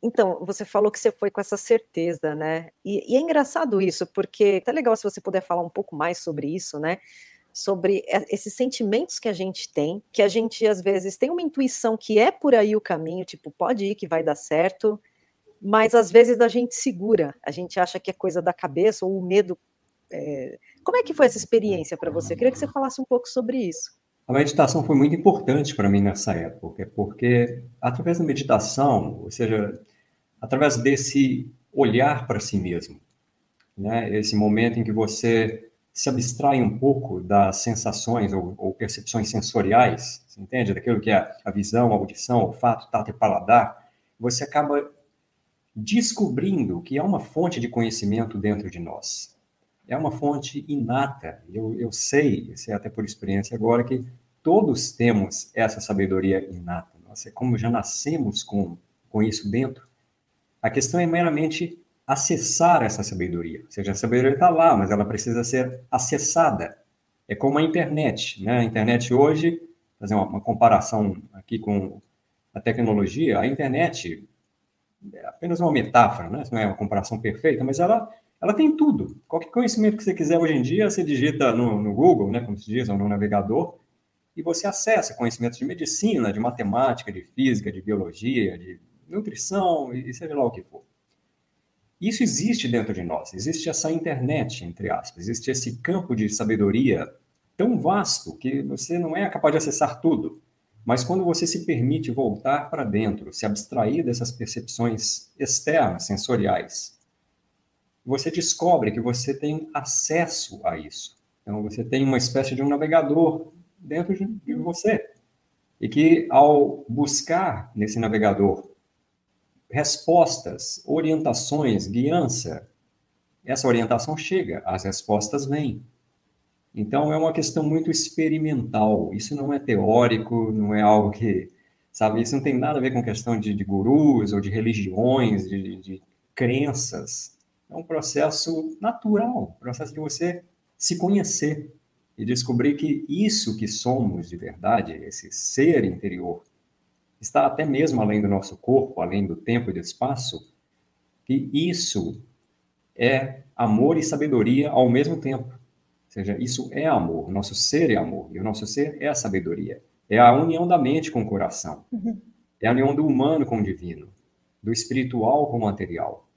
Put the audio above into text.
Então, você falou que você foi com essa certeza, né. E é engraçado isso, porque é até legal se você puder falar um pouco mais sobre isso, né, sobre esses sentimentos que a gente tem, que a gente às vezes tem uma intuição que é por aí o caminho, tipo, pode ir que vai dar certo, mas às vezes a gente segura, a gente acha que é coisa da cabeça ou o medo, como é que foi essa experiência para você? Eu queria que você falasse um pouco sobre isso. A meditação foi muito importante para mim nessa época, porque através da meditação, ou seja, através desse olhar para si mesmo, né, esse momento em que você se abstrai um pouco das sensações ou percepções sensoriais, você entende? Daquilo que é a visão, a audição, o olfato, tato e paladar, você acaba descobrindo que é uma fonte de conhecimento dentro de nós. É uma fonte inata. Eu sei até por experiência agora, que todos temos essa sabedoria inata. Nós, como já nascemos com isso dentro, a questão é meramente acessar essa sabedoria. Ou seja, a sabedoria está lá, mas ela precisa ser acessada. É como a internet, né? A internet hoje, fazer uma comparação aqui com a tecnologia, a internet é apenas uma metáfora, né? Não é uma comparação perfeita, mas ela tem tudo. Qualquer conhecimento que você quiser hoje em dia, você digita no Google, né, como se diz, ou no navegador, e você acessa conhecimentos de medicina, de matemática, de física, de biologia, de nutrição, e seja lá o que for. Isso existe dentro de nós, existe essa internet, entre aspas, existe esse campo de sabedoria tão vasto que você não é capaz de acessar tudo. Mas quando você se permite voltar para dentro, se abstrair dessas percepções externas, sensoriais, você descobre que você tem acesso a isso. Então, você tem uma espécie de um navegador dentro de você. E que, ao buscar nesse navegador respostas, orientações, guiança, essa orientação chega, as respostas vêm. Então, é uma questão muito experimental. Isso não é teórico, não é algo que, sabe, isso não tem nada a ver com questão de gurus ou de religiões, de crenças. É um processo natural, um processo de você se conhecer e descobrir que isso que somos de verdade, esse ser interior, está até mesmo além do nosso corpo, além do tempo e do espaço, que isso é amor e sabedoria ao mesmo tempo. Ou seja, isso é amor, o nosso ser é amor, e o nosso ser é a sabedoria. É a união da mente com o coração, Uhum. é a união do humano com o divino, do espiritual com o material.